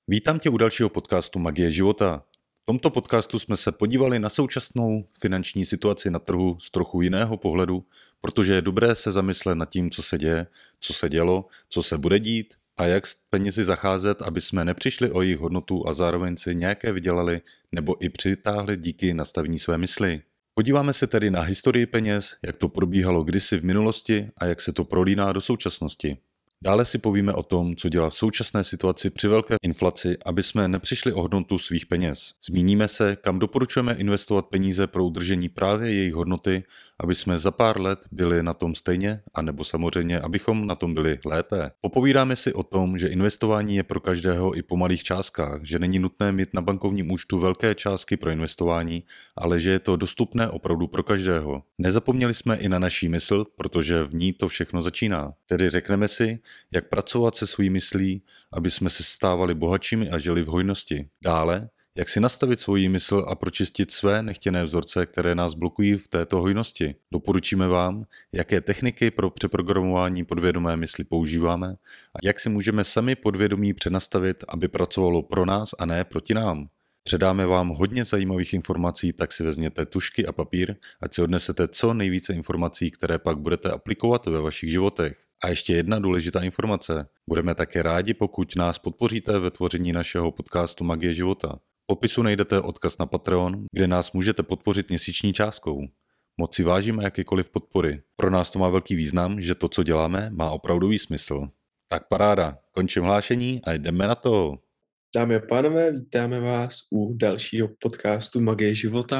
Vítám tě u dalšího podcastu Magie života. V tomto podcastu jsme se podívali na současnou finanční situaci na trhu z trochu jiného pohledu, protože je dobré se zamyslet nad tím, co se děje, co se dělo, co se bude dít a jak s penězi zacházet, aby jsme nepřišli o jejich hodnotu a zároveň si nějaké vydělali nebo i přitáhli díky nastavení své mysli. Podíváme se tedy na historii peněz, jak to probíhalo kdysi v minulosti a jak se to prolíná do současnosti. Dále si povíme o tom, co dělat v současné situaci při velké inflaci, aby jsme nepřišli o hodnotu svých peněz. Zmíníme se, kam doporučujeme investovat peníze pro udržení právě jejich hodnoty, aby jsme za pár let byli na tom stejně, anebo samozřejmě, abychom na tom byli lépe. Popovídáme si o tom, že investování je pro každého i po malých částkách, že není nutné mít na bankovním účtu velké částky pro investování, ale že je to dostupné opravdu pro každého. Nezapomněli jsme i na naší mysl, protože v ní to všechno začíná. Tedy řekneme si, jak pracovat se svou myslí, aby jsme se stávali bohatšími a žili v hojnosti. Dále, jak si nastavit svoji mysl a pročistit své nechtěné vzorce, které nás blokují v této hojnosti. Doporučíme vám, jaké techniky pro přeprogramování podvědomé mysli používáme a jak si můžeme sami podvědomí přenastavit, aby pracovalo pro nás a ne proti nám. Předáme vám hodně zajímavých informací, tak si vezměte tužky a papír, ať si odnesete co nejvíce informací, které pak budete aplikovat ve vašich životech. A ještě jedna důležitá informace. Budeme také rádi, pokud nás podpoříte ve tvoření našeho podcastu Magie života. V popisu najdete odkaz na Patreon, kde nás můžete podpořit měsíční částkou. Moc si vážíme jakékoliv podpory. Pro nás to má velký význam, že to, co děláme, má opravdový smysl. Tak paráda, končím hlášení a jdeme na to. Dámy a pánové, vítáme vás u dalšího podcastu Magie života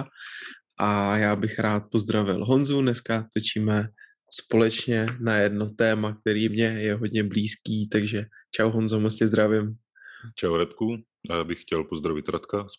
a já bych rád pozdravil Honzu. Dneska točíme společně na jedno téma, který mě je hodně blízký, takže čau Honzo, moc tě zdravím. Čau Radku, já bych chtěl pozdravit Radka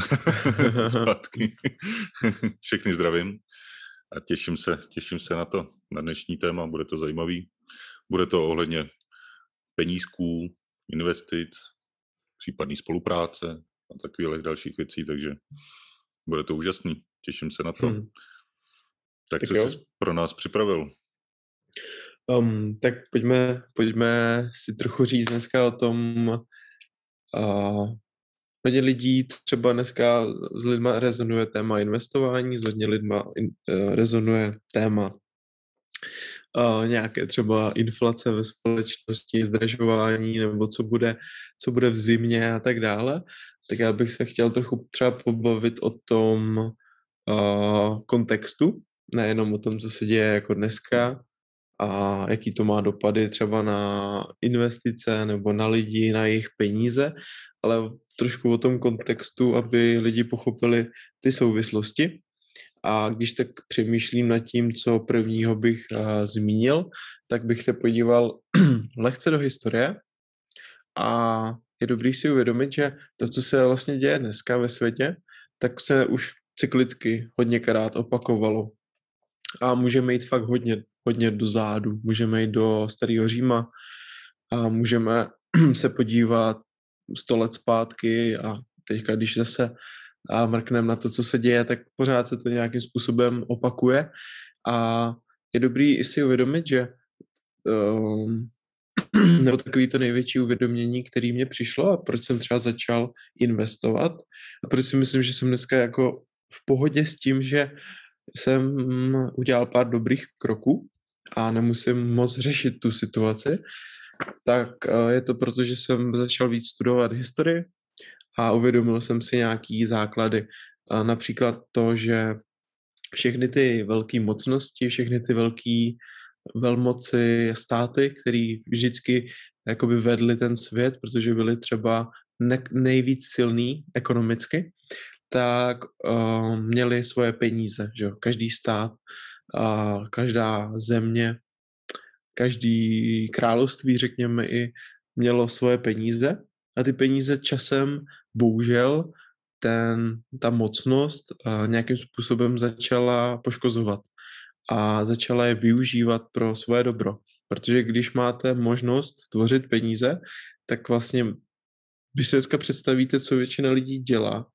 zpátky. Všechny zdravím a těším se na dnešní téma, bude to zajímavý. Bude to ohledně penízků, investic, případný spolupráce a takových dalších věcí, takže bude to úžasný. Těším se na to. Tak co jsi pro nás připravil? Tak pojďme si trochu říct dneska o tom, hodně lidí třeba dneska s lidma rezonuje téma investování, s hodně lidma rezonuje téma nějaké třeba inflace ve společnosti, zdražování nebo co bude v zimě a tak dále. Tak já bych se chtěl trochu třeba pobavit o tom kontextu, nejenom o tom, co se děje jako dneska a jaký to má dopady třeba na investice nebo na lidi, na jejich peníze, ale trošku o tom kontextu, aby lidi pochopili ty souvislosti. A když tak přemýšlím nad tím, co prvního bych zmínil, tak bych se podíval lehce do historie a je dobrý si uvědomit, že to, co se vlastně děje dneska ve světě, tak se už cyklicky hodněkrát opakovalo. A můžeme jít fakt hodně dozadu, můžeme jít do starého Říma a můžeme se podívat 100 let zpátky a teďka, když zase a mrkneme na to, co se děje, tak pořád se to nějakým způsobem opakuje a je dobrý si uvědomit, že nebo takový to největší uvědomění, který mě přišlo a proč jsem třeba začal investovat a proč si myslím, že jsem dneska jako v pohodě s tím, že jsem udělal pár dobrých kroků a nemusím moc řešit tu situaci, tak je to proto, že jsem začal víc studovat historii a uvědomil jsem si nějaký základy. Například to, že všechny ty velké mocnosti, všechny ty velké velmoci státy, které vždycky jakoby vedly ten svět, protože byly třeba nejvíc silný ekonomicky, tak měli svoje peníze. Že? Každý stát, každá země, každý království, řekněme, i mělo svoje peníze a ty peníze časem bohužel ta mocnost nějakým způsobem začala poškozovat a začala je využívat pro svoje dobro. Protože když máte možnost tvořit peníze, tak vlastně, když si dneska představíte, co většina lidí dělá,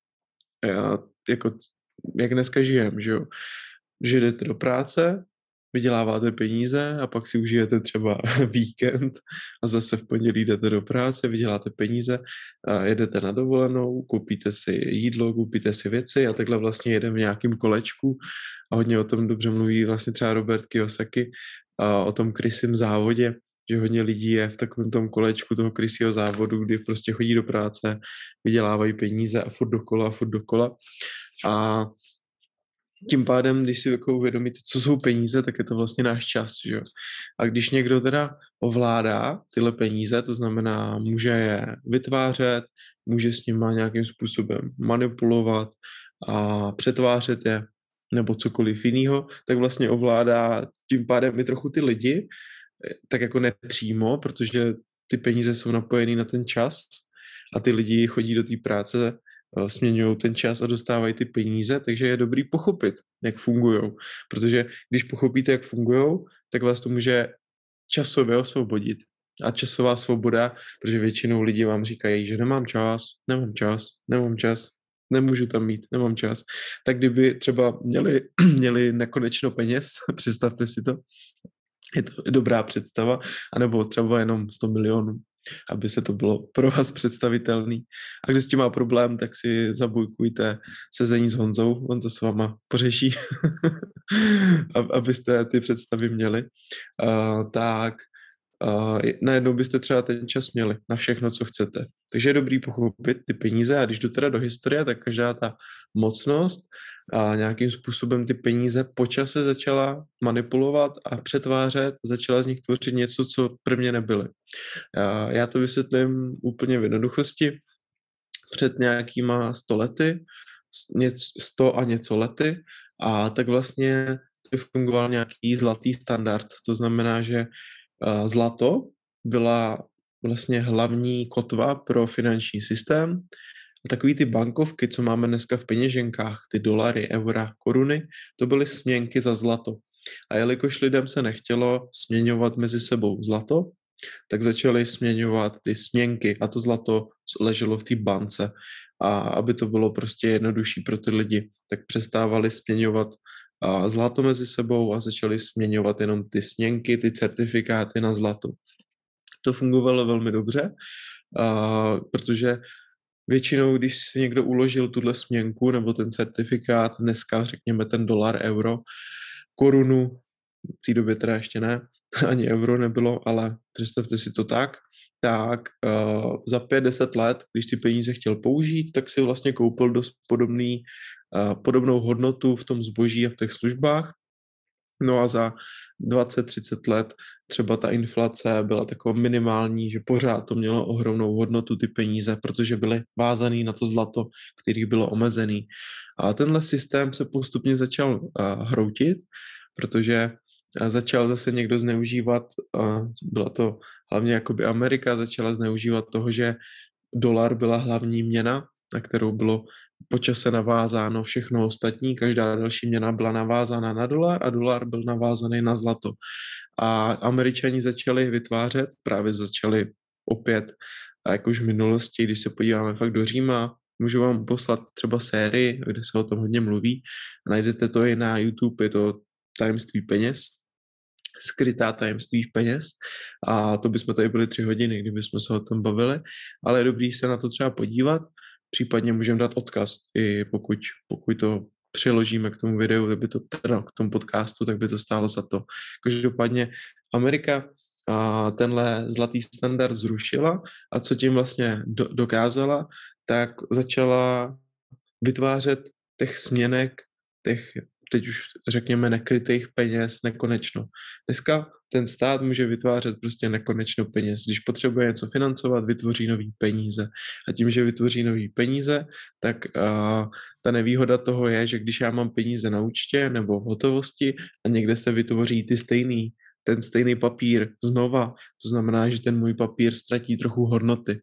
jako jak dneska žijem, že jdete do práce, vyděláváte peníze a pak si užijete třeba víkend a zase v pondělí jdete do práce, vyděláte peníze, a jedete na dovolenou, koupíte si jídlo, koupíte si věci a takhle vlastně jedeme v nějakém kolečku a hodně o tom dobře mluví vlastně třeba Robert Kiyosaki a o tom krysím závodě, že hodně lidí je v takovém tom kolečku toho krysího závodu, kdy prostě chodí do práce, vydělávají peníze a furt dokola. A tím pádem, když si jako uvědomíte, co jsou peníze, tak je to vlastně náš čas, že jo. A když někdo teda ovládá tyhle peníze, to znamená, může je vytvářet, může s nimi nějakým způsobem manipulovat a přetvářet je, nebo cokoliv jiného, tak vlastně ovládá tím pádem i trochu ty lidi, tak jako nepřímo, protože ty peníze jsou napojený na ten čas a ty lidi chodí do té práce, směňují ten čas a dostávají ty peníze, takže je dobrý pochopit, jak fungují. Protože když pochopíte, jak fungují, tak vás to může časově osvobodit. A časová svoboda, protože většinou lidi vám říkají, že nemám čas, nemůžu tam mít, nemám čas. Tak kdyby třeba měli nekonečno peněz, představte si to, je to dobrá představa, anebo třeba jenom 100 milionů, aby se to bylo pro vás představitelný. A když s tím má problém, tak si zabujkujte sezení s Honzou, on to s váma pořeší, abyste ty představy měli. Najednou byste třeba ten čas měli na všechno, co chcete. Takže je dobrý pochopit ty peníze a když jdu teda do historie, tak každá ta mocnost a nějakým způsobem ty peníze po čase začala manipulovat a přetvářet, začala z nich tvořit něco, co prvně nebyly. Já to vysvětlím úplně v jednoduchosti. Před nějakýma 100 lety, 100 a něco lety, a tak vlastně fungoval nějaký zlatý standard. To znamená, že zlato byla vlastně hlavní kotva pro finanční systém. A takový ty bankovky, co máme dneska v peněženkách, ty dolary, eura, koruny, to byly směnky za zlato. A jelikož lidem se nechtělo směňovat mezi sebou zlato, tak začali směňovat ty směnky a to zlato leželo v té bance. A aby to bylo prostě jednodušší pro ty lidi, tak přestávali směňovat zlato mezi sebou a začali směňovat jenom ty směnky, ty certifikáty na zlato. To fungovalo velmi dobře, protože většinou, když si někdo uložil tuhle směnku nebo ten certifikát, dneska řekněme ten dolar, euro, korunu, v té době teda ještě ne, ani euro nebylo, ale představte si to tak za 5-10 let, když ty peníze chtěl použít, tak si vlastně koupil dost podobnou hodnotu v tom zboží a v těch službách. No a za 20-30 let třeba ta inflace byla taková minimální, že pořád to mělo ohromnou hodnotu ty peníze, protože byly vázaný na to zlato, který bylo omezený. A tenhle systém se postupně začal hroutit, protože začal zase někdo zneužívat, byla to hlavně jakoby Amerika, začala zneužívat toho, že dolar byla hlavní měna, na kterou bylo po čase navázáno všechno ostatní, každá další měna byla navázána na dolar a dolar byl navázaný na zlato. A Američani začali začali opět, a jak už v minulosti, když se podíváme fakt do Říma, můžu vám poslat třeba sérii, kde se o tom hodně mluví, najdete to i na YouTube, je to Tajemství peněz, skrytá tajemství peněz a to bychom tady byli 3 hodiny, kdybychom se o tom bavili, ale je dobrý se na to třeba podívat, případně můžeme dát odkaz, i pokud to přiložíme k tomu videu, k tomu podcastu, tak by to stálo za to. Každopádně Amerika tenhle zlatý standard zrušila a co tím vlastně dokázala, tak začala vytvářet těch směnek, teď už řekněme nekrytých peněz nekonečno. Dneska ten stát může vytvářet prostě nekonečno peněz. Když potřebuje něco financovat, vytvoří nový peníze. A tím, že vytvoří nový peníze, tak ta nevýhoda toho je, že když já mám peníze na účtě nebo v hotovosti a někde se vytvoří ten stejný papír znova, to znamená, že ten můj papír ztratí trochu hodnoty.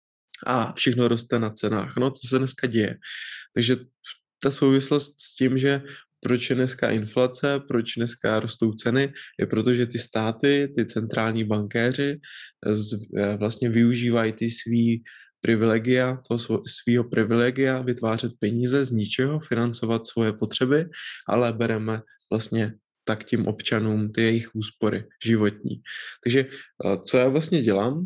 A všechno roste na cenách. No, to se dneska děje. Takže ta souvislost s tím, že proč je dneska inflace, proč dneska rostou ceny, je proto, že ty státy, ty centrální bankéři vlastně využívají ty svý privilegia, toho svýho privilegia vytvářet peníze z ničeho, financovat svoje potřeby, ale bereme vlastně tak tím občanům ty jejich úspory životní. Takže co já vlastně dělám,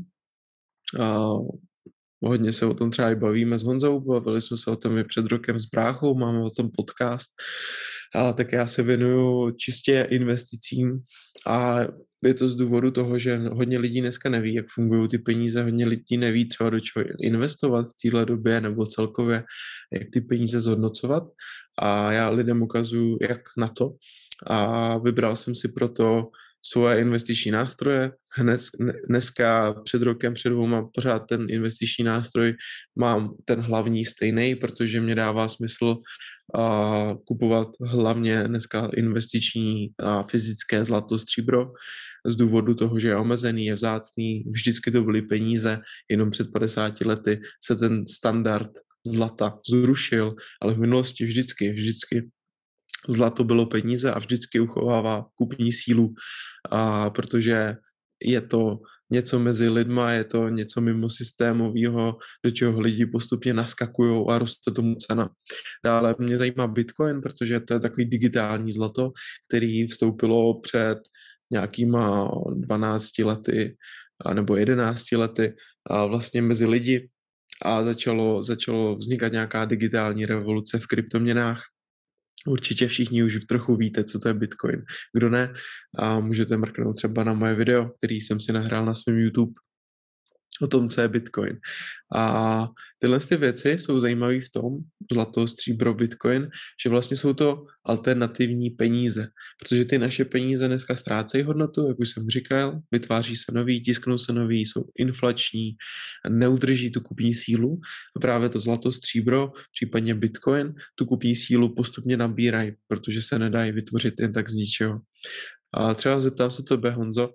hodně se o tom třeba i bavíme s Honzou, bavili jsme se o tom i před rokem s bráchou, máme o tom podcast, tak já se věnuju čistě investicím a je to z důvodu toho, že hodně lidí dneska neví, jak fungují ty peníze, hodně lidí neví třeba do čeho investovat v téhle době nebo celkově, jak ty peníze zhodnocovat a já lidem ukazuju, jak na to a vybral jsem si proto svoje investiční nástroje. Dneska před rokem, před 2 pořád ten investiční nástroj mám ten hlavní stejný, protože mě dává smysl kupovat hlavně dneska investiční fyzické zlato, stříbro z důvodu toho, že je omezený, je vzácný, vždycky to byly peníze, jenom před 50 lety se ten standard zlata zrušil, ale v minulosti vždycky zlato bylo peníze a vždycky uchovává kupní sílu, protože je to něco mezi lidma, je to něco mimo systémového, do čeho lidi postupně naskakují a roste tomu cena. Dále mě zajímá Bitcoin, protože to je takový digitální zlato, který vstoupilo před nějakýma 12 lety nebo 11 lety a vlastně mezi lidi a začalo vznikat nějaká digitální revoluce v kryptoměnách. Určitě všichni už trochu víte, co to je Bitcoin. Kdo ne, a můžete mrknout třeba na moje video, který jsem si nahrál na svém YouTube o tom, co je Bitcoin. A tyhle ty věci jsou zajímavé v tom, zlato, stříbro, Bitcoin, že vlastně jsou to alternativní peníze, protože ty naše peníze dneska ztrácejí hodnotu, jak už jsem říkal, vytváří se nový, tisknou se nový, jsou inflační, neudrží tu kupní sílu. A právě to zlato, stříbro, případně Bitcoin, tu kupní sílu postupně nabírají, protože se nedají vytvořit jen tak z ničeho. A třeba zeptám se tebe, Honzo,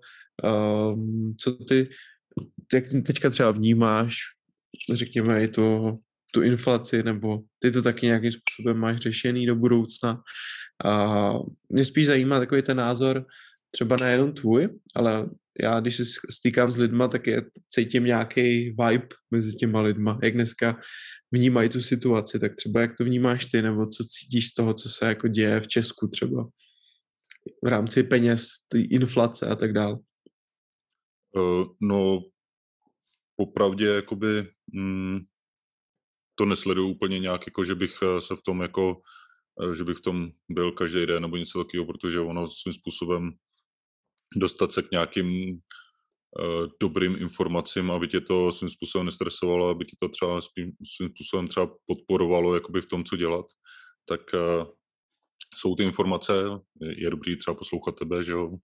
co ty jak teďka třeba vnímáš, řekněme, i tu inflaci, nebo ty to taky nějakým způsobem máš řešený do budoucna. A mě spíš zajímá takový ten názor, třeba nejenom tvůj, ale já, když se stýkám s lidma, tak cítím nějaký vibe mezi těma lidma, jak dneska vnímají tu situaci, tak třeba jak to vnímáš ty, nebo co cítíš z toho, co se jako děje v Česku třeba v rámci peněz, ty inflace a tak dále. No, popravdě, jakoby, to nesleduju úplně nějak, jako, že bych se v tom jako, že bych v tom byl každý den nebo něco takového, protože ono svým způsobem dostat se k nějakým dobrým informacím, aby tě to svým způsobem nestresovalo, aby tě to třeba svým způsobem třeba podporovalo jakoby v tom, co dělat, tak jsou ty informace, je dobrý třeba poslouchat tebe, že jo?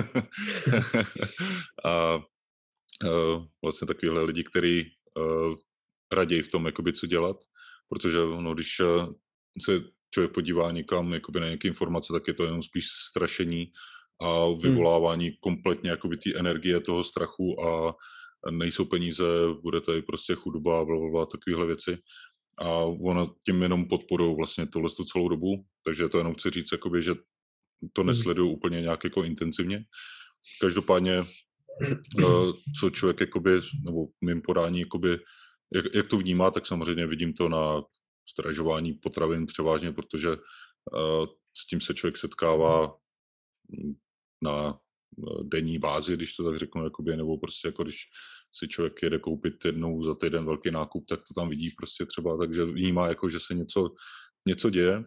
A vlastně takovýhle lidi, kteří raději v tom, jakoby, co dělat, protože no, když se člověk podívá někam jakoby, na nějaké informace, tak je to jenom spíš strašení a vyvolávání kompletně jakoby, té energie toho strachu a nejsou peníze, bude tady prostě chudoba, blablabla, takovéhle věci. A ono tím jenom podporují vlastně tohle celou dobu, takže to jenom chci říct, jakoby, že to nesleduju úplně nějak jako intenzivně. Každopádně, co člověk, jakoby, nebo mým podání, jakoby, jak to vnímá, tak samozřejmě vidím to na zdražování potravin převážně, protože s tím se člověk setkává na denní bázi, když to tak řeknu, jakoby, nebo prostě jako když si člověk jede koupit jednou za týden velký nákup, tak to tam vidí prostě třeba, takže vnímá, jako, že se něco děje.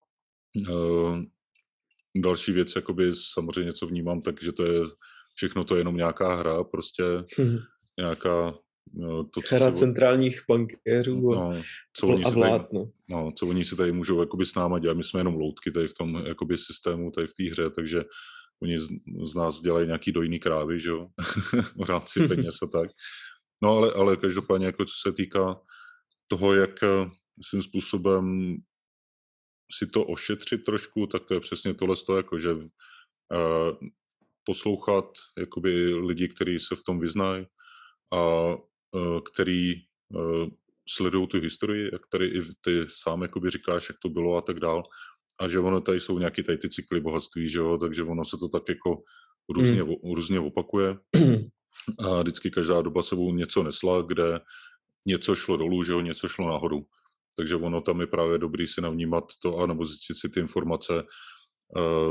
Další věc, jakoby samozřejmě co vnímám, takže to je všechno to je jenom nějaká hra, prostě nějaká hra centrálních bankéřů a vlád. Co oni si tady můžou jakoby s náma dělat, my jsme jenom loutky tady v tom jakoby systému, tady v té hře, takže oni z nás dělají nějaký dojný krávy, že jo, v rámci peněz a tak. No ale každopádně, jako co se týká toho, jak svým způsobem si to ošetřit trošku, tak to je přesně tohle, jako že poslouchat jakoby lidi, kteří se v tom vyznají a který sledují tu historii, jak tady i ty sám jakoby říkáš, jak to bylo a tak dál. A že ono tady jsou nějaký tady ty cykly bohatství, že jo, takže ono se to tak jako různě opakuje. A vždycky každá doba sebou něco nesla, kde něco šlo dolů, že jo, něco šlo nahoru. Takže ono tam je právě dobrý si navnímat to, anebo zjistit si ty informace,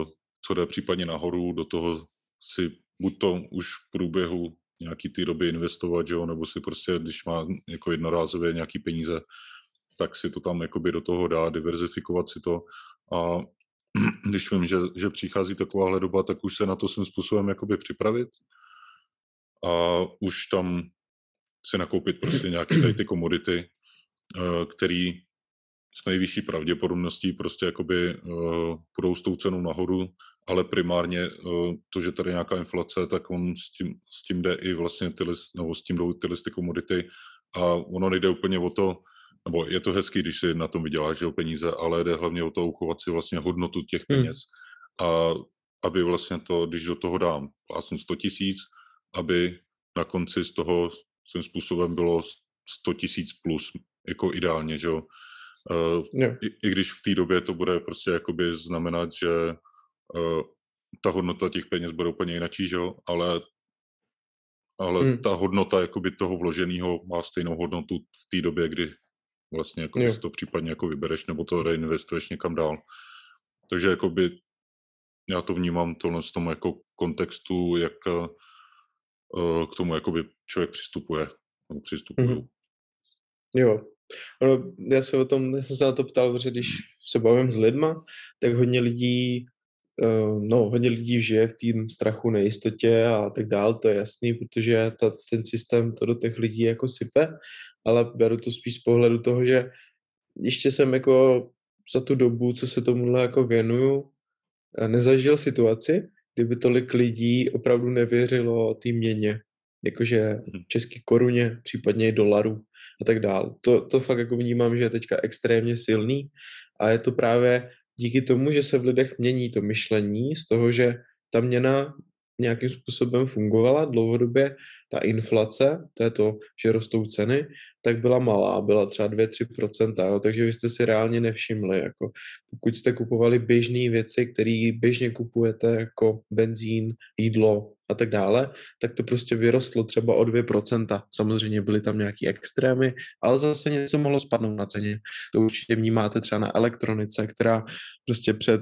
co jde případně nahoru, do toho si buď to už v průběhu nějaký té doby investovat, že jo, nebo si prostě, když má jako jednorázově nějaký peníze, tak si to tam jakoby do toho dá, diverzifikovat si to a když vím, že přichází takováhle doba, tak už se na to svým způsobem jakoby připravit a už tam si nakoupit prostě nějaké tady ty komodity, který s nejvyšší pravděpodobností prostě jakoby půjdou s tou cenou nahoru, ale primárně to, že tady je nějaká inflace, tak on s tím jde i vlastně nebo s tím jdou ty listy komodity a ono nejde úplně o to, nebo je to hezký, když si na tom vyděláš peníze, ale jde hlavně o to uchovat si vlastně hodnotu těch peněz a aby vlastně to, když do toho dám vlastně 100 000, aby na konci z toho svým způsobem bylo 100 000 plus, jako ideálně, že jo. I když v té době to bude prostě jakoby znamenat, že ta hodnota těch peněz bude úplně jinačí, že jo, ale ta hodnota jakoby toho vloženého má stejnou hodnotu v té době, kdy vlastně jako si to případně jako vybereš nebo to reinvestuješ někam dál. Takže jakoby já to vnímám tohle z tomu jako kontextu, jak k tomu jakoby člověk přistupuje. Jo. Já jsem se na to ptal, protože když se bavím s lidma, tak hodně lidí žije v tým strachu, nejistotě a tak dál, to je jasný, protože ten systém to do těch lidí jako sype, ale beru to spíš z pohledu toho, že ještě jsem jako za tu dobu, co se tomuhle jako věnuju, nezažil situaci, kdyby tolik lidí opravdu nevěřilo té měně, jakože české koruně, případně i dolaru a tak dál. To fakt jako vnímám, že je teďka extrémně silný a je to právě díky tomu, že se v lidech mění to myšlení z toho, že ta měna nějakým způsobem fungovala dlouhodobě, ta inflace, to je to, že rostou ceny, tak byla malá, byla třeba 2-3%, jo, takže vy jste si reálně nevšimli, jako pokud jste kupovali běžné věci, které běžně kupujete, jako benzín, jídlo a tak dále, tak to prostě vyrostlo třeba o 2%. Samozřejmě byly tam nějaké extrémy, ale zase něco mohlo spadnout na ceně. To určitě vnímáte třeba na elektronice, která prostě před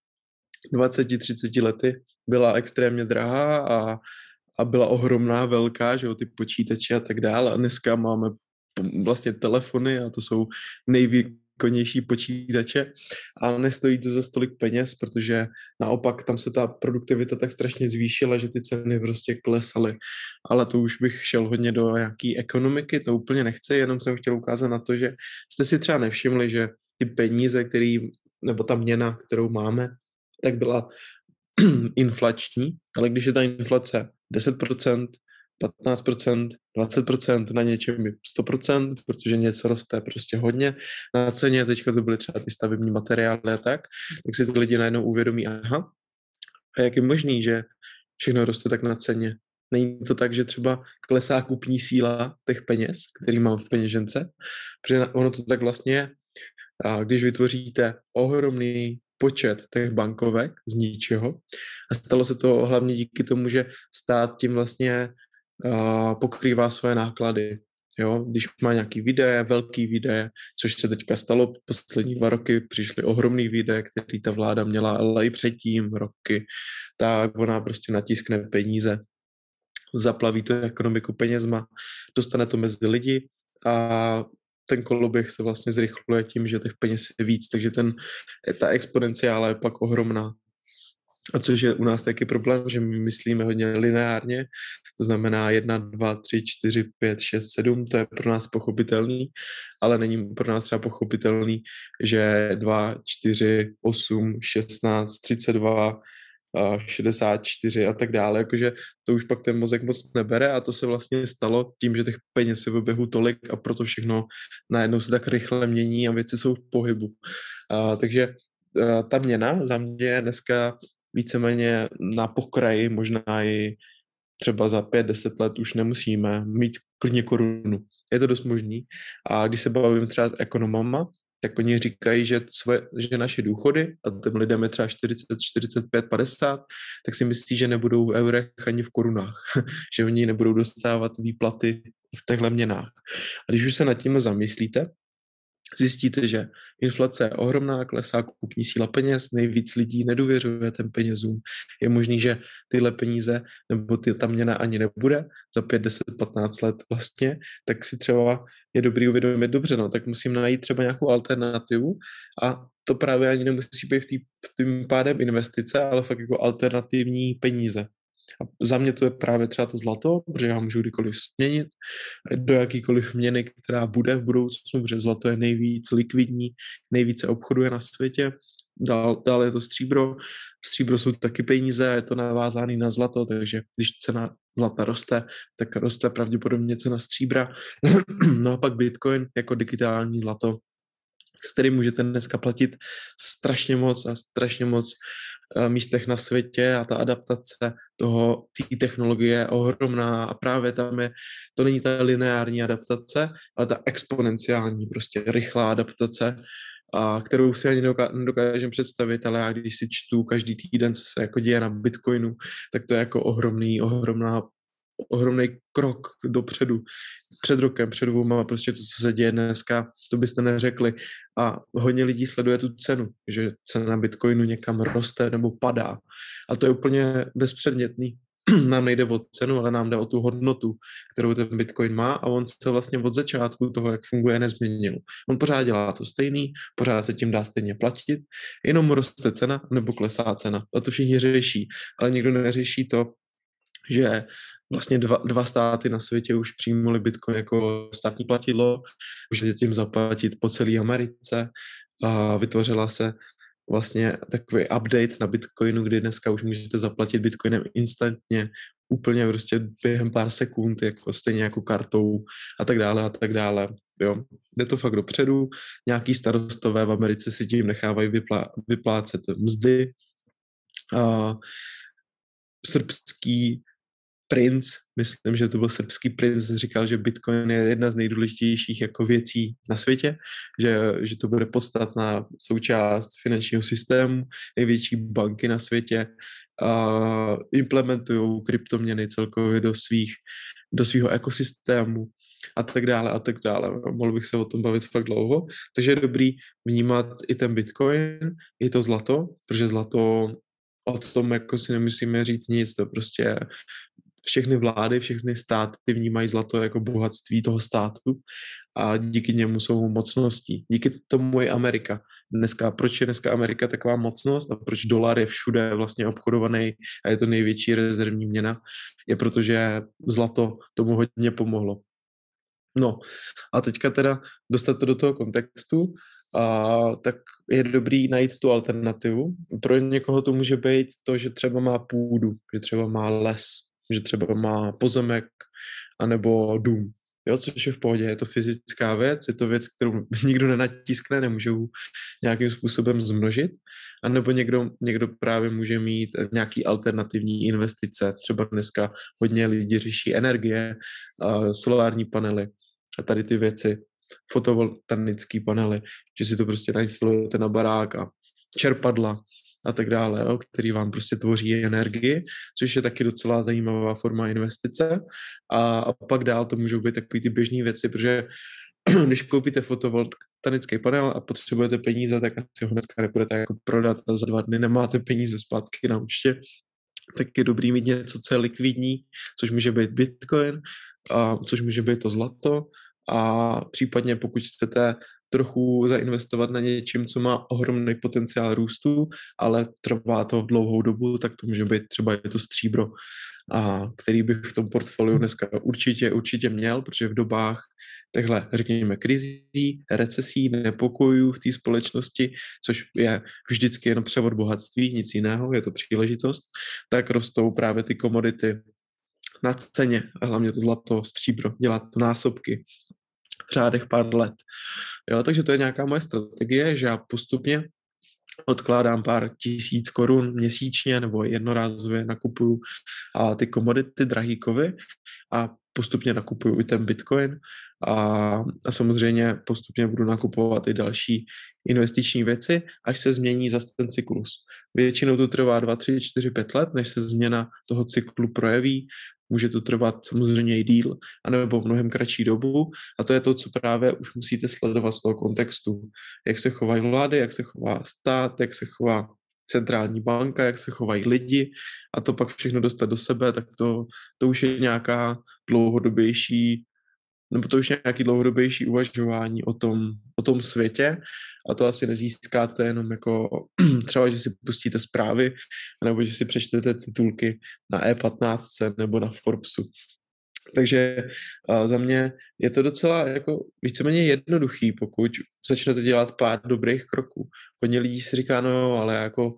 20-30 lety byla extrémně drahá a byla ohromná, velká, že jo, ty počítače a tak dále. A dneska máme vlastně telefony a to jsou nejvýkonnější počítače a nestojí to za stolik peněz, protože naopak tam se ta produktivita tak strašně zvýšila, že ty ceny prostě klesaly. Ale to už bych šel hodně do nějaký ekonomiky, to úplně nechci, jenom jsem chtěl ukázat na to, že jste si třeba nevšimli, že ty peníze, nebo ta měna, kterou máme, tak byla inflační, ale když je ta inflace 10%, 15%, 20%, na něčem je 100%, protože něco roste prostě hodně na ceně, teďka to byly třeba ty stavební materiály a tak si ty lidi najednou uvědomí, aha, a jak je možný, že všechno roste tak na ceně. Není to tak, že třeba klesá kupní síla těch peněz, který mám v peněžence, protože ono to tak vlastně je. A když vytvoříte ohromný počet těch bankovek z ničeho a stalo se to hlavně díky tomu, že stát tím vlastně pokrývá svoje náklady. Jo? Když má nějaký výdaje, velký výdaje, což se teďka stalo poslední 2 roky, přišly ohromný výdaje, který ta vláda měla, ale i předtím roky, tak ona prostě natiskne peníze, zaplaví tu ekonomiku penězma, dostane to mezi lidi a ten koloběh se vlastně zrychluje tím, že těch peněz je víc, takže ta exponenciála je pak ohromná. A což je u nás taky problém, že my myslíme hodně lineárně, to znamená 1, 2, 3, 4, 5, 6, 7, to je pro nás pochopitelný, ale není pro nás třeba pochopitelný, že 2, 4, 8, 16, 32, 64 a tak dále, jakože to už pak ten mozek moc nebere a to se vlastně stalo tím, že těch peněz je v oběhu tolik a proto všechno najednou se tak rychle mění a věci jsou v pohybu. Takže ta měna za mě je dneska víceméně na pokraji, možná i třeba za 5-10 let už nemusíme mít klidně korunu. Je to dost možný. A když se bavím třeba s ekonomama, tak oni říkají, že naše důchody, a těm lidem je třeba 40, 45, 50, tak si myslí, že nebudou v eurech ani v korunách. Že oni nebudou dostávat výplaty v těchto měnách. A když už se nad tím zamyslíte, Zjistíte, že inflace je ohromná, klesá kupní síla peněz, nejvíc lidí nedůvěřuje těm penězům. Je možný, že tyhle peníze nebo ta měna ani nebude za 5, 10, 15 let vlastně, tak si třeba je dobrý uvědomit dobře, no, tak musím najít třeba nějakou alternativu a to právě ani nemusí být v tím pádem investice, ale fakt jako alternativní peníze. A za mě to je právě třeba to zlato, protože já můžu kdykoliv změnit do jakýkoliv měny, která bude v budoucnu, protože zlato je nejvíc likvidní, nejvíce obchoduje na světě. Dál je to stříbro. Stříbro jsou taky peníze, je to navázané na zlato, takže když cena zlata roste, tak roste pravděpodobně cena stříbra. No a pak Bitcoin jako digitální zlato, s kterým můžete dneska platit strašně moc a strašně moc místech na světě a ta adaptace té technologie je ohromná a právě tam to není ta lineární adaptace, ale ta exponenciální, prostě rychlá adaptace, kterou si ani nedokážeme představit, ale já když si čtu každý týden, co se jako děje na Bitcoinu, tak to je jako ohromný krok dopředu. Před rokem, před 2, prostě to, co se děje dneska, to byste neřekli. A hodně lidí sleduje tu cenu, že cena Bitcoinu někam roste nebo padá. A to je úplně bezpředmětný. Nám nejde o cenu, ale nám jde o tu hodnotu, kterou ten Bitcoin má a on se vlastně od začátku toho, jak funguje, nezměnil. On pořád dělá to stejný, pořád se tím dá stejně platit, jenom roste cena nebo klesá cena. A to všichni řeší, ale nikdo neřeší to, že vlastně dva státy na světě už přijmuli Bitcoin jako státní platidlo, můžete tím zaplatit po celé Americe a vytvořila se vlastně takový update na Bitcoinu, kdy dneska už můžete zaplatit Bitcoinem instantně, úplně prostě během pár sekund, jako stejně jako kartou a tak dále a tak dále. Jo. Jde to fakt dopředu, nějaký starostové v Americe si tím nechávají vyplácet mzdy. Srbský princ, myslím, že to byl srbský princ, říkal, že Bitcoin je jedna z nejdůležitějších jako věcí na světě, že to bude podstatná součást finančního systému, největší banky na světě implementují kryptoměny celkově do svého ekosystému a tak dále a tak dále. Mohl bych se o tom bavit fakt dlouho, takže je dobrý vnímat i ten Bitcoin, i to zlato, protože zlato o tom jako si nemusíme říct nic, to prostě všechny vlády, všechny státy vnímají zlato jako bohatství toho státu a díky němu jsou mocností. Díky tomu je Amerika. Proč je dneska Amerika taková mocnost a proč dolar je všude vlastně obchodovaný a je to největší rezervní měna, je protože zlato tomu hodně pomohlo. No a teďka teda dostat to do toho kontextu, tak je dobrý najít tu alternativu. Pro někoho to může být to, že třeba má půdu, že třeba má les, že třeba má pozemek anebo dům. Jo, což je v pohodě, je to fyzická věc, je to věc, kterou nikdo nenatiskne, nemůže ji nějakým způsobem zmnožit, anebo někdo právě může mít nějaký alternativní investice, třeba dneska hodně lidí řeší energie, solární panely a tady ty věci, fotovoltaické panely, že si to prostě nainstalujete na barák a čerpadla a tak dále, jo, který vám prostě tvoří energii, což je taky docela zajímavá forma investice. A pak dál to můžou být takový ty běžné věci, protože když koupíte fotovoltaický panel a potřebujete peníze, tak asi ho hnedka nebudete jako prodat a za 2 dny nemáte peníze zpátky na účtě, tak je dobrý mít něco, co je likvidní, což může být Bitcoin, což může být to zlato a případně pokud chcete trochu zainvestovat na něčím, co má ohromný potenciál růstu, ale trvá to dlouhou dobu, tak to může být třeba je to stříbro, který bych v tom portfoliu dneska určitě měl, protože v dobách těchhle, řekněme, krizí, recesí, nepokojů v té společnosti, což je vždycky jen převod bohatství, nic jiného, je to příležitost, tak rostou právě ty komodity na ceně, a hlavně to zlato, stříbro, dělá to násobky v řádech pár let. Jo, takže to je nějaká moje strategie, že já postupně odkládám pár tisíc korun měsíčně nebo jednorázově nakupuju ty komodity, drahý kovy a postupně nakupuju i ten Bitcoin a samozřejmě postupně budu nakupovat i další investiční věci, až se změní zase ten cyklus. Většinou to trvá 2, 3, 4, 5 let, než se změna toho cyklu projeví. může to trvat samozřejmě i díl, anebo mnohem kratší dobu a to je to, co právě už musíte sledovat z toho kontextu. Jak se chovají vlády, jak se chová stát, jak se chová centrální banka, jak se chovají lidi a to pak všechno dostat do sebe, tak to už je nějaká dlouhodobější nebo to už je nějaký dlouhodobější uvažování o tom světě a to asi nezískáte jenom jako třeba, že si pustíte zprávy nebo že si přečtete titulky na E15 nebo na Forbesu. Takže za mě je to docela jako víceméně jednoduchý, pokud začnete dělat pár dobrých kroků. Hodně lidí si říká, no ale jako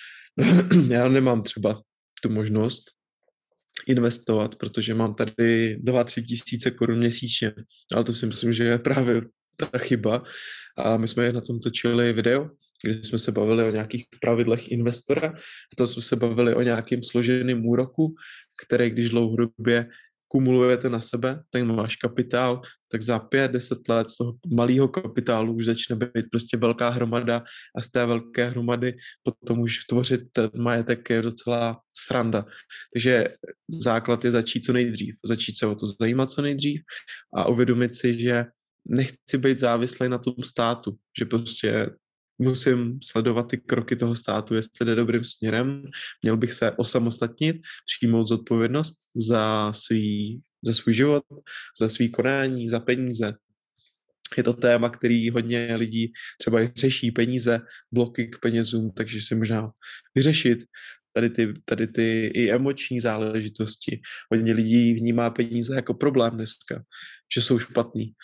já nemám třeba tu možnost investovat, protože mám tady 2-3 tisíce korun měsíčně. Ale to si myslím, že je právě ta chyba. A my jsme na tom točili video, kde jsme se bavili o nějakých pravidlech investora. A to jsme se bavili o nějakým složeným úroku, který když dlouhodobě kumulujete na sebe, ten váš kapitál, tak za 5-10 let z toho malého kapitálu už začne být prostě velká hromada a z té velké hromady potom už tvořit ten majetek je docela sranda. Takže základ je začít co nejdřív, začít se o to zajímat co nejdřív a uvědomit si, že nechci být závislý na tom státu, že prostě musím sledovat ty kroky toho státu, jestli jde dobrým směrem, měl bych se osamostatnit, přijmout zodpovědnost za svůj život, za svý konání, za peníze. Je to téma, který hodně lidí třeba i řeší peníze, bloky k penězům, takže si možná vyřešit tady ty i emoční záležitosti. Hodně lidí vnímá peníze jako problém dneska, že jsou špatný.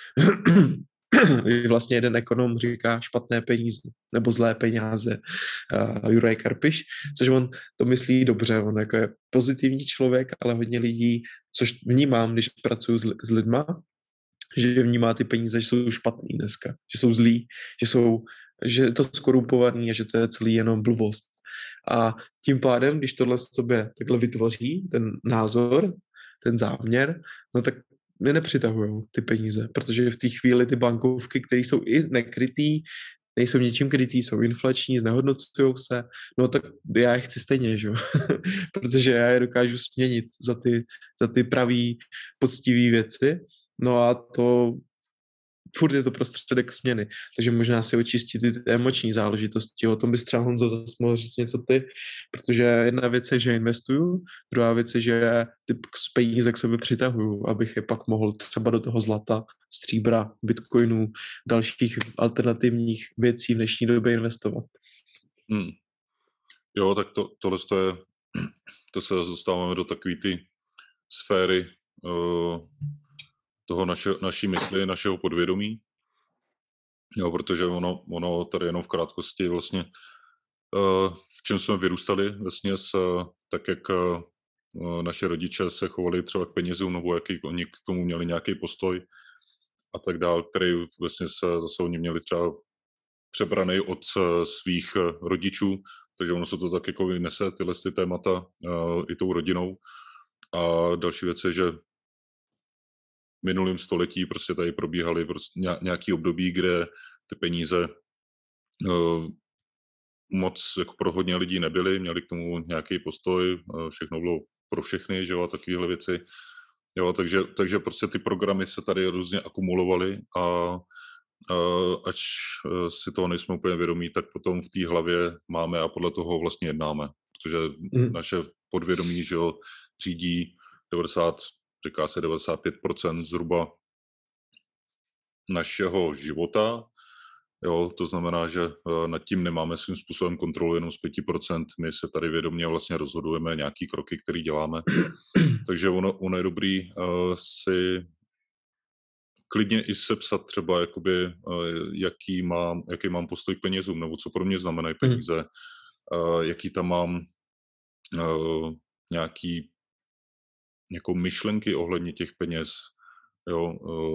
Vlastně jeden ekonom říká špatné peníze nebo zlé peníze, Juraj Karpiš, což on to myslí dobře, on jako je pozitivní člověk, ale hodně lidí, což vnímám, když pracuji s lidma, že vnímá ty peníze, že jsou špatný dneska, že jsou zlí, že je to skorumpovaný a že to je celý jenom blbost. A tím pádem, když tohle sobě takhle vytvoří, ten názor, ten záměr, no tak mě nepřitahují ty peníze, protože v té chvíli ty bankovky, které jsou i nekrytý, nejsou ničím krytý, jsou inflační, znehodnocují se, no tak já je chci stejně, že? Protože já je dokážu směnit za ty pravý, poctivý věci, no a to furt je to prostředek směny, takže možná si očistit ty emoční záležitosti, o tom bys třeba Honzo zase mohl říct něco ty, protože jedna věc je, že investuju, druhá věc je, že ty peníze k sobě přitahuju, abych je pak mohl třeba do toho zlata, stříbra, bitcoinů, dalších alternativních věcí v dnešní době investovat. Jo, tak tohle to se dostáváme do takové ty sféry toho naší mysli, našeho podvědomí. Jo, protože ono tady jenom v krátkosti vlastně v čem jsme vyrůstali vlastně tak, jak naše rodiče se chovali třeba k penězům, nebo jaký oni k tomu měli nějaký postoj a tak dále, který vlastně zase oni měli třeba přebraný od svých rodičů, takže ono se to tak jako vynese tyhle témata i tou rodinou. A další věc je, že minulém století prostě tady probíhaly prostě nějaký období, kde ty peníze moc jako pro hodně lidí nebyly, měli k tomu nějaký postoj, všechno bylo pro všechny, že jo, a takovéhle věci. Jo, takže prostě ty programy se tady různě akumulovaly a ač si toho nejsme úplně vědomí, tak potom v té hlavě máme a podle toho vlastně jednáme, protože naše podvědomí, že jo, řídí 95% zhruba našeho života. Jo, to znamená, že nad tím nemáme svým způsobem kontrolu jenom z 5%. My se tady vědomě vlastně rozhodujeme nějaký kroky, které děláme. Takže ono je dobrý si klidně i sepsat třeba, jakoby, jaký mám postoj k penězům, nebo co pro mě znamenají peníze, jaký tam mám nějaký jako myšlenky ohledně těch peněz, jo.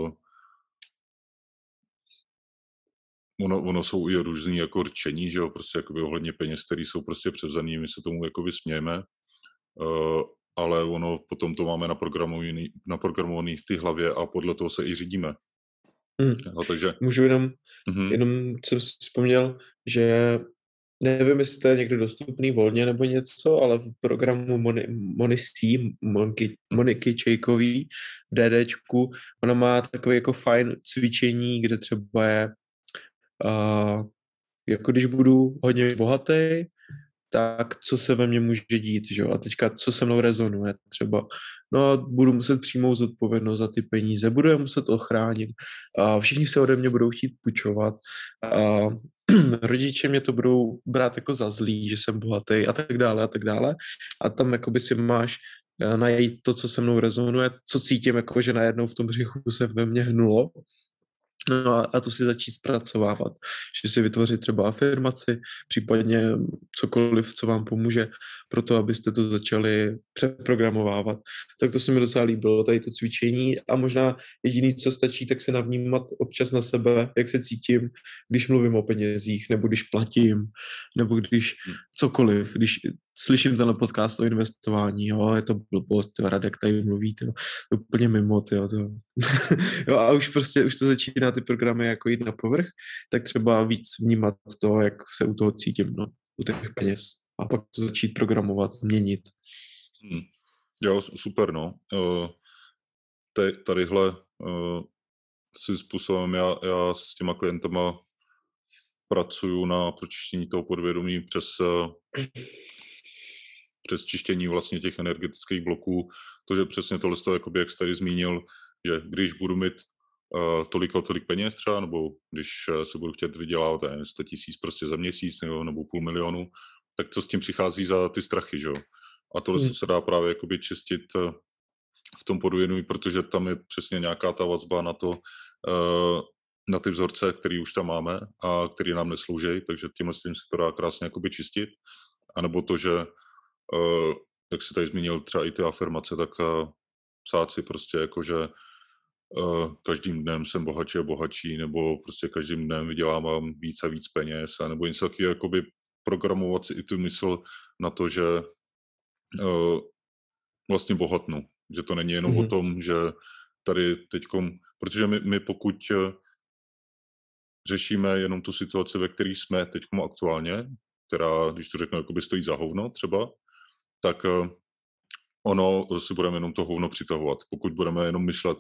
Ono jsou i různý jako rčení, že jo, prostě jakoby ohledně peněz, které jsou prostě převzaný, my se tomu jakoby smějeme, ale ono potom to máme naprogramovaný v té hlavě a podle toho se i řídíme. Jo, takže... Můžu jenom jsem si vzpomněl, že nevím, jestli to je někde dostupný volně nebo něco, ale v programu Moniky Čejkový v DDčku, ona má takové jako fajn cvičení, kde třeba je jako když budu hodně bohatý, tak co se ve mně může dít, že jo? A teďka, co se mnou rezonuje třeba, no budu muset přijmout zodpovědnost za ty peníze, budu je muset ochránit a všichni se ode mě budou chtít půjčovat a rodiče mě to budou brát jako za zlý, že jsem bohatý a tak dále a tak dále a tam jakoby si máš najít to, co se mnou rezonuje, co cítím, jako že najednou v tom břichu se ve mně hnulo. No a to si začít zpracovávat, že si vytvořit třeba afirmaci, případně cokoliv, co vám pomůže pro to, abyste to začali přeprogramovávat. Tak to se mi docela líbilo, tady to cvičení a možná jediný, co stačí, tak se navnímat občas na sebe, jak se cítím, když mluvím o penězích, nebo když platím, nebo když cokoliv, když slyším tenhle podcast o investování, jo, je to blbost, Radek tady mluví, to úplně mimo, to. Jo, a už to začíná ty programy jako jít na povrch, tak třeba víc vnímat to, jak se u toho cítím, no, u těch peněz. A pak to začít programovat, měnit. Jo, super, no. Tadyhle svým způsobem já s těma klientama pracuju na pročištění toho podvědomí přes čištění vlastně těch energetických bloků. To, že přesně tohle, jakoby, jak jsi tady zmínil, že když budu mít tolik peněz třeba, nebo když se budu chtět vydělávat 100 000 prostě za měsíc nebo 500 000, tak co s tím přichází za ty strachy, že jo? A tohle se dá právě jakoby čistit v tom podvědomí, protože tam je přesně nějaká ta vazba na to, na ty vzorce, který už tam máme a který nám neslouží, takže tímhle s tím se to dá krásně jakoby čistit. A nebo to, že jak jsi tady zmínil třeba i ty afirmace, tak psát si prostě jako, že každým dnem jsem bohatší a bohatší, nebo prostě každým dnem vydělávám víc a víc peněz, a nebo něco takového, jakoby programovat si i tu mysl na to, že vlastně bohatnu. Že to není jenom o tom, že tady teďkom, protože my pokud řešíme jenom tu situaci, ve které jsme teďkom aktuálně, která, když to řeknu, jakoby stojí za hovno třeba, tak ono si budeme jenom to hovno přitahovat. Pokud budeme jenom myslet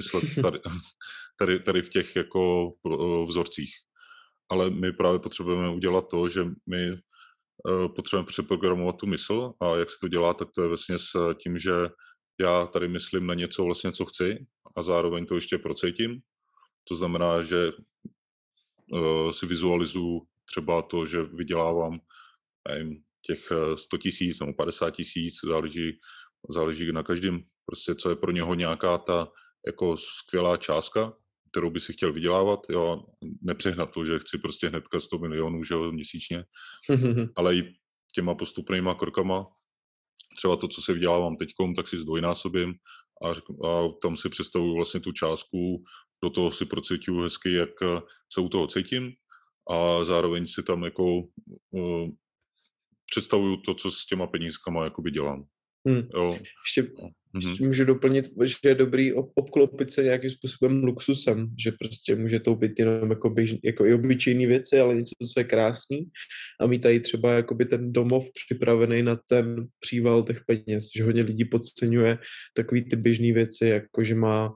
tady v těch jako vzorcích. Ale my právě potřebujeme udělat to, že my potřebujeme přeprogramovat tu mysl a jak se to dělá, tak to je vlastně s tím, že já tady myslím na něco vlastně, co chci a zároveň to ještě procítím. To znamená, že si vizualizuju třeba to, že vydělávám nevím, těch 100 000 nebo 50 000, záleží na každém, prostě co je pro něho nějaká ta jako skvělá částka, kterou by si chtěl vydělávat, jo, nepřehnat to, že chci prostě hnedka 100 milionů, že jo, měsíčně, ale i těma postupnýma krokama, třeba to, co si vydělávám teďkom, tak si zdvojnásobím a tam si představuju vlastně tu částku, do toho si procituju hezky, jak se u toho cítím a zároveň si tam jako představuju to, co s těma penízkama jakoby dělám. Jo. Ještě můžu doplnit, že je dobrý obklopit se nějakým způsobem luxusem, že prostě může to být jenom jako i obyčejný věci, ale něco, co je krásný a mít tady třeba jakoby ten domov připravený na ten příval těch peněz, že hodně lidí podceňuje takový ty běžné věci, jako že má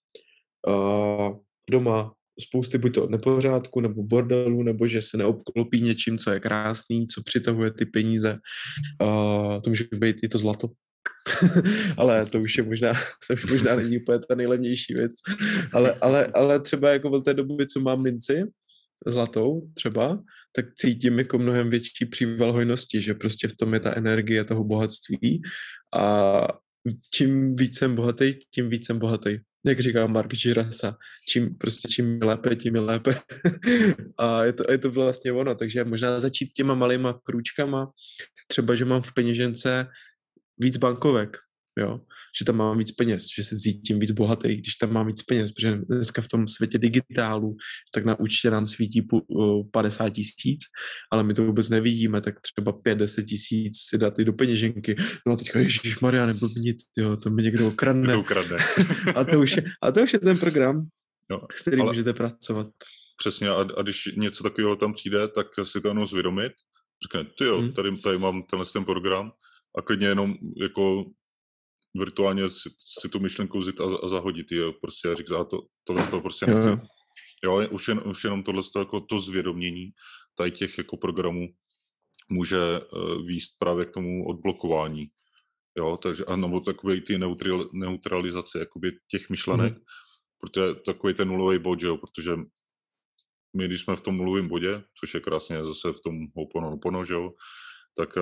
doma spousty buď to nepořádku, nebo bordelu, nebo že se neobklopí něčím, co je krásný, co přitahuje ty peníze. To může být i to zlato. Ale to už možná není úplně ta nejlevnější věc. Ale třeba jako v té době, co mám minci zlatou třeba, tak cítím jako mnohem větší příval hojnosti, že prostě v tom je ta energie toho bohatství a čím víc jsem bohatý, tím víc jsem bohatý. Jak říká Mark Girasa, čím lépe, tím je lépe. A je to vlastně ono, takže možná začít těma malýma krůčkama, třeba, že mám v peněžence víc bankovek, jo, že tam mám víc peněz, že se cítím víc bohatý, když tam mám víc peněz, protože dneska v tom světě digitálu, tak na účtě nám svítí 50 000, ale my to vůbec nevidíme, tak třeba 5-10 tisíc si dát i do peněženky. No a teďka, ježišmarja, neblbnit, jo, to mi někdo okradne. To ukradne. a to už je ten program, jo, s kterým můžete pracovat. Přesně, a když něco takového tam přijde, tak si to jenom zvědomit řekne, ty jo, tady mám ten program a klidně jenom jako virtuálně si tu myšlenku vzít a zahodit jo, prostě a říct, tohle z toho prostě nechci. Jo, už jenom tohle jako to zvědomění tady těch jako programů může vést právě k tomu odblokování. Jo, takže nebo takové ty neutralizace jakoby těch myšlenek, protože takový ten nulový bod, jo, protože my, když jsme v tom nulovém bodě, což je krásně zase v tom Ho'oponopono, že jo, tak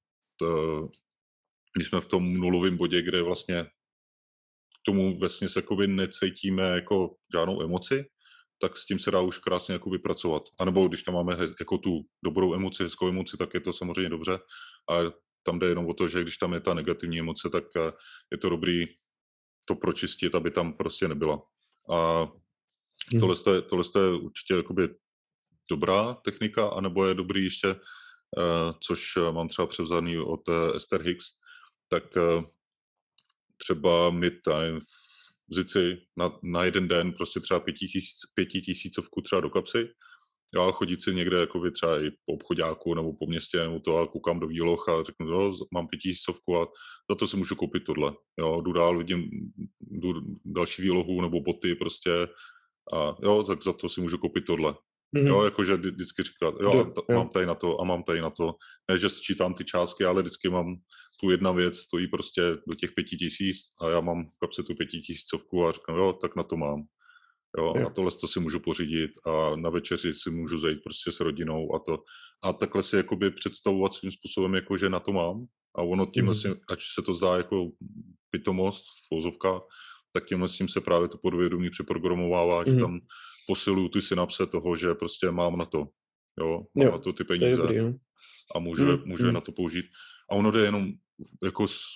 když jsme v tom nulovém bodě, kde vlastně k tomu vesměs jakoby necítíme jako žádnou emoci, tak s tím se dá už krásně jakoby pracovat. A nebo když tam máme jako tu dobrou emoci, hezkou emoci, tak je to samozřejmě dobře. A tam jde jenom o to, že když tam je ta negativní emoce, tak je to dobrý to pročistit, aby tam prostě nebyla. A tohle je určitě jakoby dobrá technika, anebo je dobrý ještě, což mám třeba převzaný od Esther Hicks, tak třeba mít vzít si na jeden den prostě třeba 5 000 třeba do kapsy, já chodit si někde jakoby třeba i po obchodáku nebo po městě nebo to a koukám do výloh a řeknu, jo, mám 5 000 a za to si můžu koupit tohle. Jo, jdu dál, vidím další výlohu nebo boty prostě a jo, tak za to si můžu koupit tohle. Jo, jakože vždycky říkat, jo, mám tady na to a mám tady na to. Ne, že sčítám ty částky, ale vždycky mám tu jedna věc, stojí prostě do těch 5 000 a já mám v kapse tu 5 000 a říkám, jo, tak na to mám. Jo, a tohle to si můžu pořídit a na večeři si můžu zajít prostě s rodinou a takhle si jakoby představovat svým způsobem, jako že na to mám a ono tím ať se to zdá jako pitomost v pouzovkách, tak tímhle s tím se právě to podvědomí přeprogramovává, že tam posiluju ty synapse toho, že prostě mám na to, jo, mám na to ty peníze a můžu je na to použít. A ono jde jenom jako z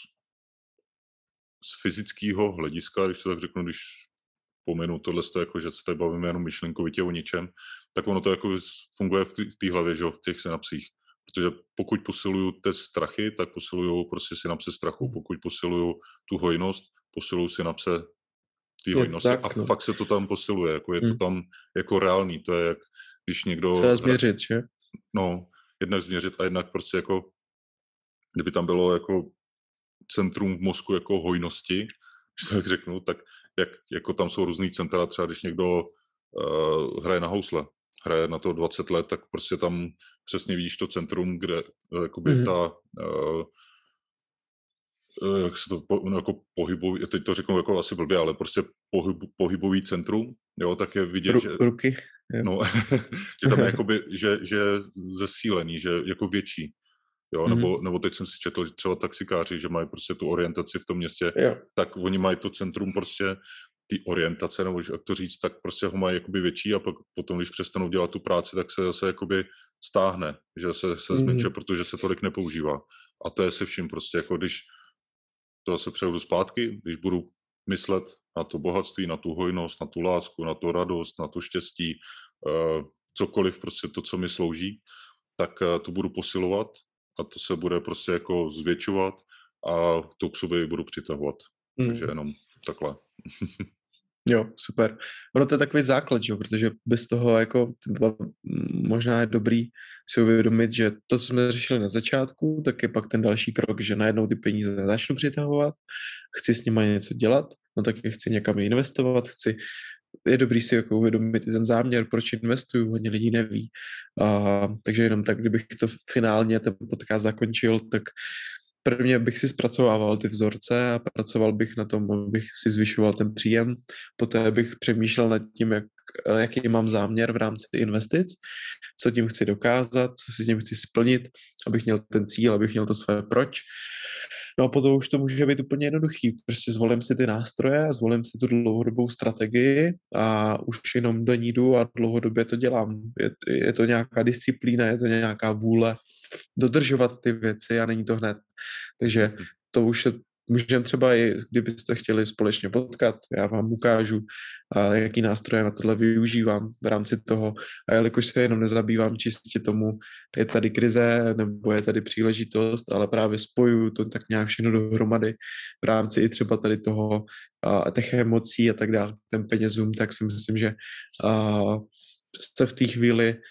fyzického hlediska, když to tak řeknu, když pomenu tohle, jako, že se tady bavíme jenom myšlenkovitě o ničem, tak ono to jako funguje v té hlavě, že jo, v těch synapsích. Protože pokud posiluju ty strachy, tak posiluju prostě synapse strachu. Pokud posiluju tu hojnost, posiluju synapse té hojnosti a fakt se to tam posiluje, jako je to tam jako reálný, to je jak když někdo... Chce změřit, že? No, jednak změřit a jednak prostě jako kdyby tam bylo jako centrum v mozku jako hojnosti, když tak řeknu, tak jako tam jsou různý centra, třeba když někdo hraje na housle, hraje na to 20 let, tak prostě tam přesně vidíš to centrum, kde jakoby ta jak se to jako pohybový, teď to řeknu jako asi blbě, ale prostě pohybový centrum, jo, tak je vidět, že... Ruky. No, že tam je jakoby, že je zesílený, že jako větší. Jo, nebo teď jsem si četl, že třeba taxikáři, že mají prostě tu orientaci v tom městě, tak oni mají to centrum prostě ty orientace, nebo jak to říct, tak prostě ho mají jakoby větší a pak potom, když přestanou dělat tu práci, tak se zase jakoby stáhne, že se zmenšuje, protože se tolik nepoužívá. A to je se vším prostě, jako když to se převedu zpátky, když budu myslet na to bohatství, na tu hojnost, na tu lásku, na tu radost, na to štěstí, cokoliv prostě to, co mi slouží, tak to budu posilovat a to se bude prostě jako zvětšovat a to k sobě budu přitahovat. Takže jenom takhle. Jo, super. Ono to je takový základ, že? Protože bez toho jako možná je dobrý si uvědomit, že to, co jsme řešili na začátku, tak je pak ten další krok, že najednou ty peníze začnu přitahovat, chci s nimi něco dělat, no tak je chci někam investovat, je dobrý si jako uvědomit i ten záměr, proč investuju, hodně lidí neví. Takže jenom tak, kdybych to finálně ten podcast zakončil, tak prvně bych si zpracovával ty vzorce a pracoval bych na tom, abych si zvyšoval ten příjem. Poté bych přemýšlel nad tím, jaký mám záměr v rámci investic, co tím chci dokázat, co si tím chci splnit, abych měl ten cíl, abych měl to své proč. No a potom už to může být úplně jednoduchý. Prostě zvolím si ty nástroje, zvolím si tu dlouhodobou strategii a už jenom do ní jdu a dlouhodobě to dělám. Je to nějaká disciplína, je to nějaká vůle dodržovat ty věci a není to hned. Takže to už můžeme třeba i, kdybyste chtěli společně potkat, já vám ukážu, jaký nástroje na tohle využívám v rámci toho. A jelikož se jenom nezabývám čistě tomu, je tady krize nebo je tady příležitost, ale právě spojuju to tak nějak všechno dohromady v rámci i třeba tady toho těch emocí a tak dále, ten penězům, tak si myslím, že se v té chvíli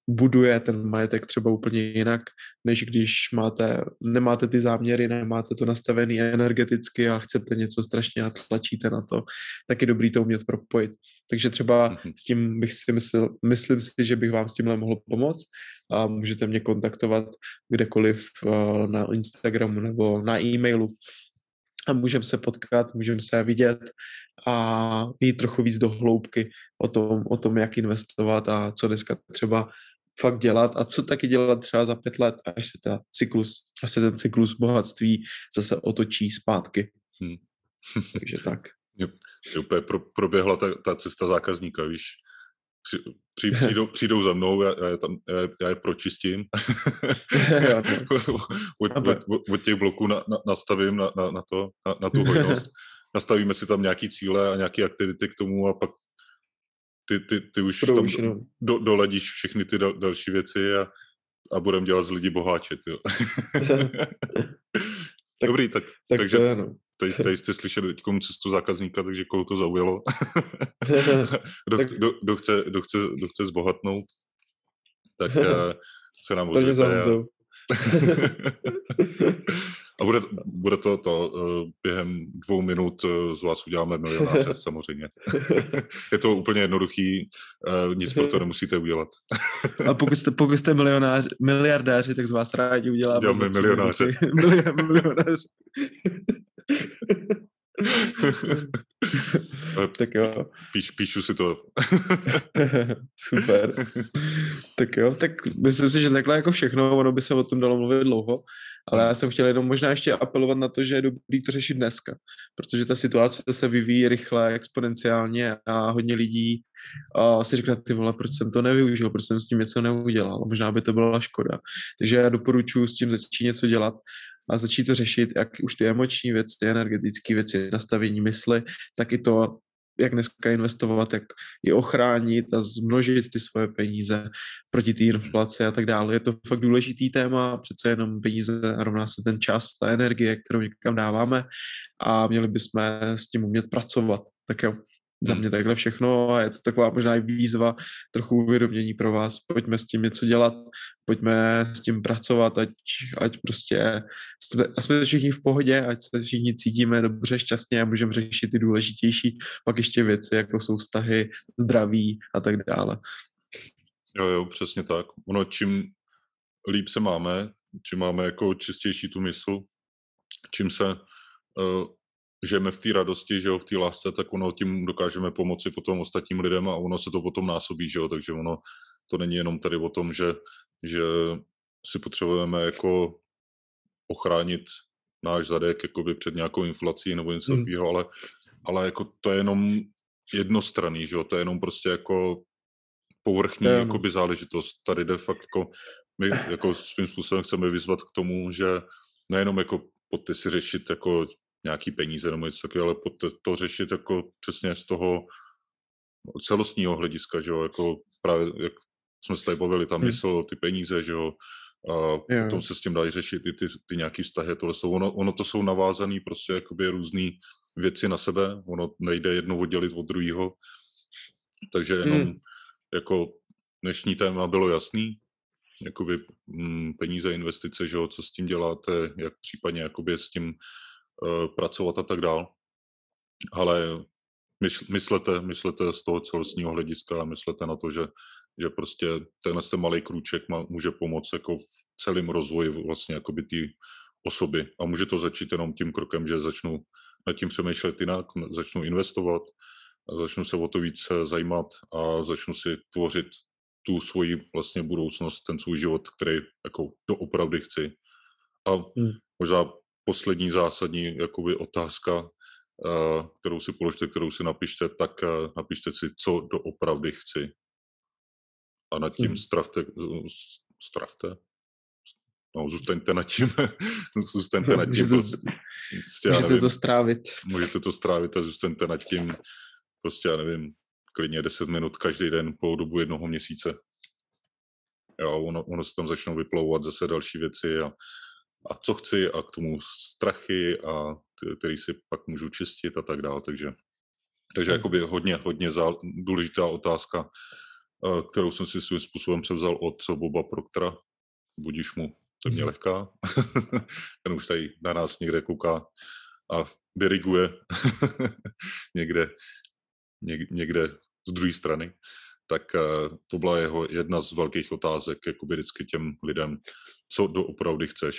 buduje ten majetek třeba úplně jinak, než když nemáte ty záměry, nemáte to nastavený energeticky a chcete něco strašně a tlačíte na to, tak je dobrý to umět propojit. Takže třeba s tím myslím si, že bych vám s tímhle mohl pomoct a můžete mě kontaktovat kdekoliv na Instagramu nebo na e-mailu a můžeme se potkat, můžeme se vidět a jít trochu víc do hloubky o tom, jak investovat a co dneska třeba fakt dělat a co taky dělat třeba za 5 let, až se ten cyklus bohatství zase otočí zpátky. Takže tak. Úplně proběhla ta cesta zákazníka, víš. Přijdou za mnou, já je pročistím. Od těch bloků nastavím na tu hojnost. Nastavíme si tam nějaký cíle a nějaké aktivity k tomu a pak ty už tam doladíš všechny ty další věci a budeme dělat z lidí boháče. Dobrý, takže tady jste slyšeli teď cestu zákazníka, takže koho to zaujalo. Kdo chce zbohatnout, tak se nám ozvěte. A bude to během 2 minut z vás uděláme milionáře, samozřejmě. Je to úplně jednoduchý, nic pro to nemusíte udělat. A pokud jste miliardáři, tak z vás rádi uděláme. Děláme milionáře. Milionáře. Tak jo. Píšu si to. Super. Tak jo, tak myslím si, že takhle jako všechno, ono by se o tom dalo mluvit dlouho, ale já jsem chtěl jenom možná ještě apelovat na to, že je dobrý to řešit dneska, protože ta situace se vyvíjí rychle, exponenciálně a hodně lidí si řekne, ty vole, proč jsem to nevyužil, proč jsem s tím něco neudělal, možná by to byla škoda. Takže já doporučuji s tím začít něco dělat a začít to řešit, jak už ty emoční věci, ty energetické věci, nastavení mysli, tak i to, jak dneska investovat, jak je ochránit a zmnožit ty svoje peníze proti té inflaci a tak dále. Je to fakt důležitý téma, přece jenom peníze rovná se ten čas, ta energie, kterou někam dáváme a měli bychom s tím umět pracovat. Tak jo, za mě takhle všechno a je to taková možná i výzva, trochu uvědomění pro vás. Pojďme s tím něco dělat, pojďme s tím pracovat, ať prostě jsme všichni v pohodě, ať se všichni cítíme dobře, šťastně a můžeme řešit ty důležitější pak ještě věci, jako jsou vztahy, zdraví a tak dále. Jo, přesně tak. Ono, čím líp se máme, čím máme jako čistější tu mysl, čím se žijeme v té radosti, že jo, v té lásce, tak ono tím dokážeme pomoci potom ostatním lidem a ono se to potom násobí, že jo, takže ono to není jenom tady o tom, že si potřebujeme jako ochránit náš zadek jakoby před nějakou inflací nebo něco takového, ale jako to je jenom jednostranný, že jo, to je jenom prostě jako povrchní jakoby záležitost. Tady jde fakt jako, my jako svým způsobem chceme vyzvat k tomu, že nejenom jako pojďte si řešit jako nějaký peníze nebo něco takového, ale pojďte to řešit jako přesně z toho celostního hlediska, že jo, jako právě, jak jsme se tady bavili, ta mysl, ty peníze, že jo, a potom se s tím dají řešit i ty nějaký vztahy, tohle jsou, ono to jsou navázané prostě jakoby různý věci na sebe, ono nejde jedno oddělit od druhého, takže jenom jako dnešní téma bylo jasný, jakoby peníze, investice, že jo, co s tím děláte, jak případně jakoby s tím pracovat a tak dál. Ale myslete z toho celostního hlediska a myslete na to, že prostě tenhle malý krůček může pomoct jako v celém rozvoji vlastně jakoby té osoby. A může to začít jenom tím krokem, že začnu nad tím přemýšlet jinak, začnu investovat, začnu se o to víc zajímat a začnu si tvořit tu svoji vlastně budoucnost, ten svůj život, který jako doopravdy chci. A možná poslední zásadní jakoby otázka, kterou si položte, kterou si napište, tak napište si, co doopravdy chci. A nad tím stravte. No, zůstaňte nad tím. Zůstaňte nad tím. Můžete to strávit. Můžete to strávit a zůstaňte nad tím, prostě já nevím, klidně 10 minut každý den po dobu 1 měsíce. Jo, ono se tam začnou vyplouvat zase další věci a co chci a k tomu strachy a který si pak můžu čistit a tak dále, takže jakoby hodně důležitá otázka kterou jsem si svým způsobem převzal od Boba Proctora. Budíš mu, to je mě lehká. Ten už tady na nás někde kouká a diriguje někde z druhé strany. Tak to byla jeho jedna z velkých otázek, jakoby vždycky těm lidem, co doopravdy chceš.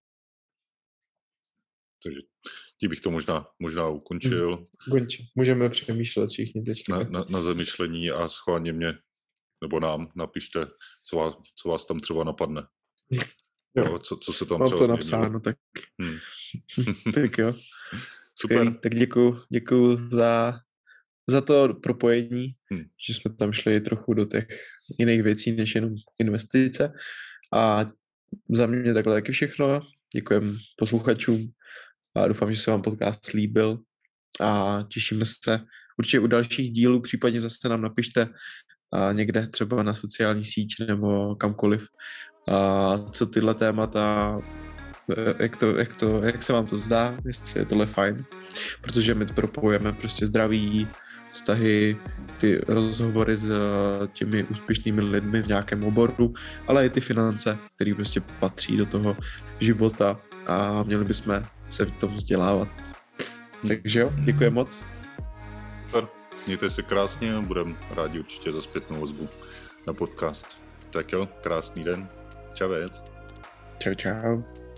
Takže tím bych to možná ukončil. Můžeme přemýšlet všichni teďka. Na zamyšlení a schválně mě, nebo nám napište, co vás tam třeba napadne. Jo. Co se tam mám třeba to napsáno, tak. Tak jo. Super. Skvělý. Tak děkuju za to propojení, že jsme tam šli trochu do těch jiných věcí, než jenom investice. A za mě takhle taky všechno. Děkujem posluchačům a doufám, že se vám podcast líbil a těšíme se určitě u dalších dílů, případně zase nám napište někde třeba na sociální síť nebo kamkoliv, co tyhle témata, jak se vám to zdá, jestli je tohle fajn, protože my propojujeme prostě zdraví, vztahy, ty rozhovory s těmi úspěšnými lidmi v nějakém oboru, ale i ty finance, které prostě patří do toho života a měli bychom se v tom vzdělávat. Takže jo, děkuji moc. Super, mějte se krásně a budeme rádi určitě za zpětnou vazbu na podcast. Tak jo, krásný den. Čavec. Čau.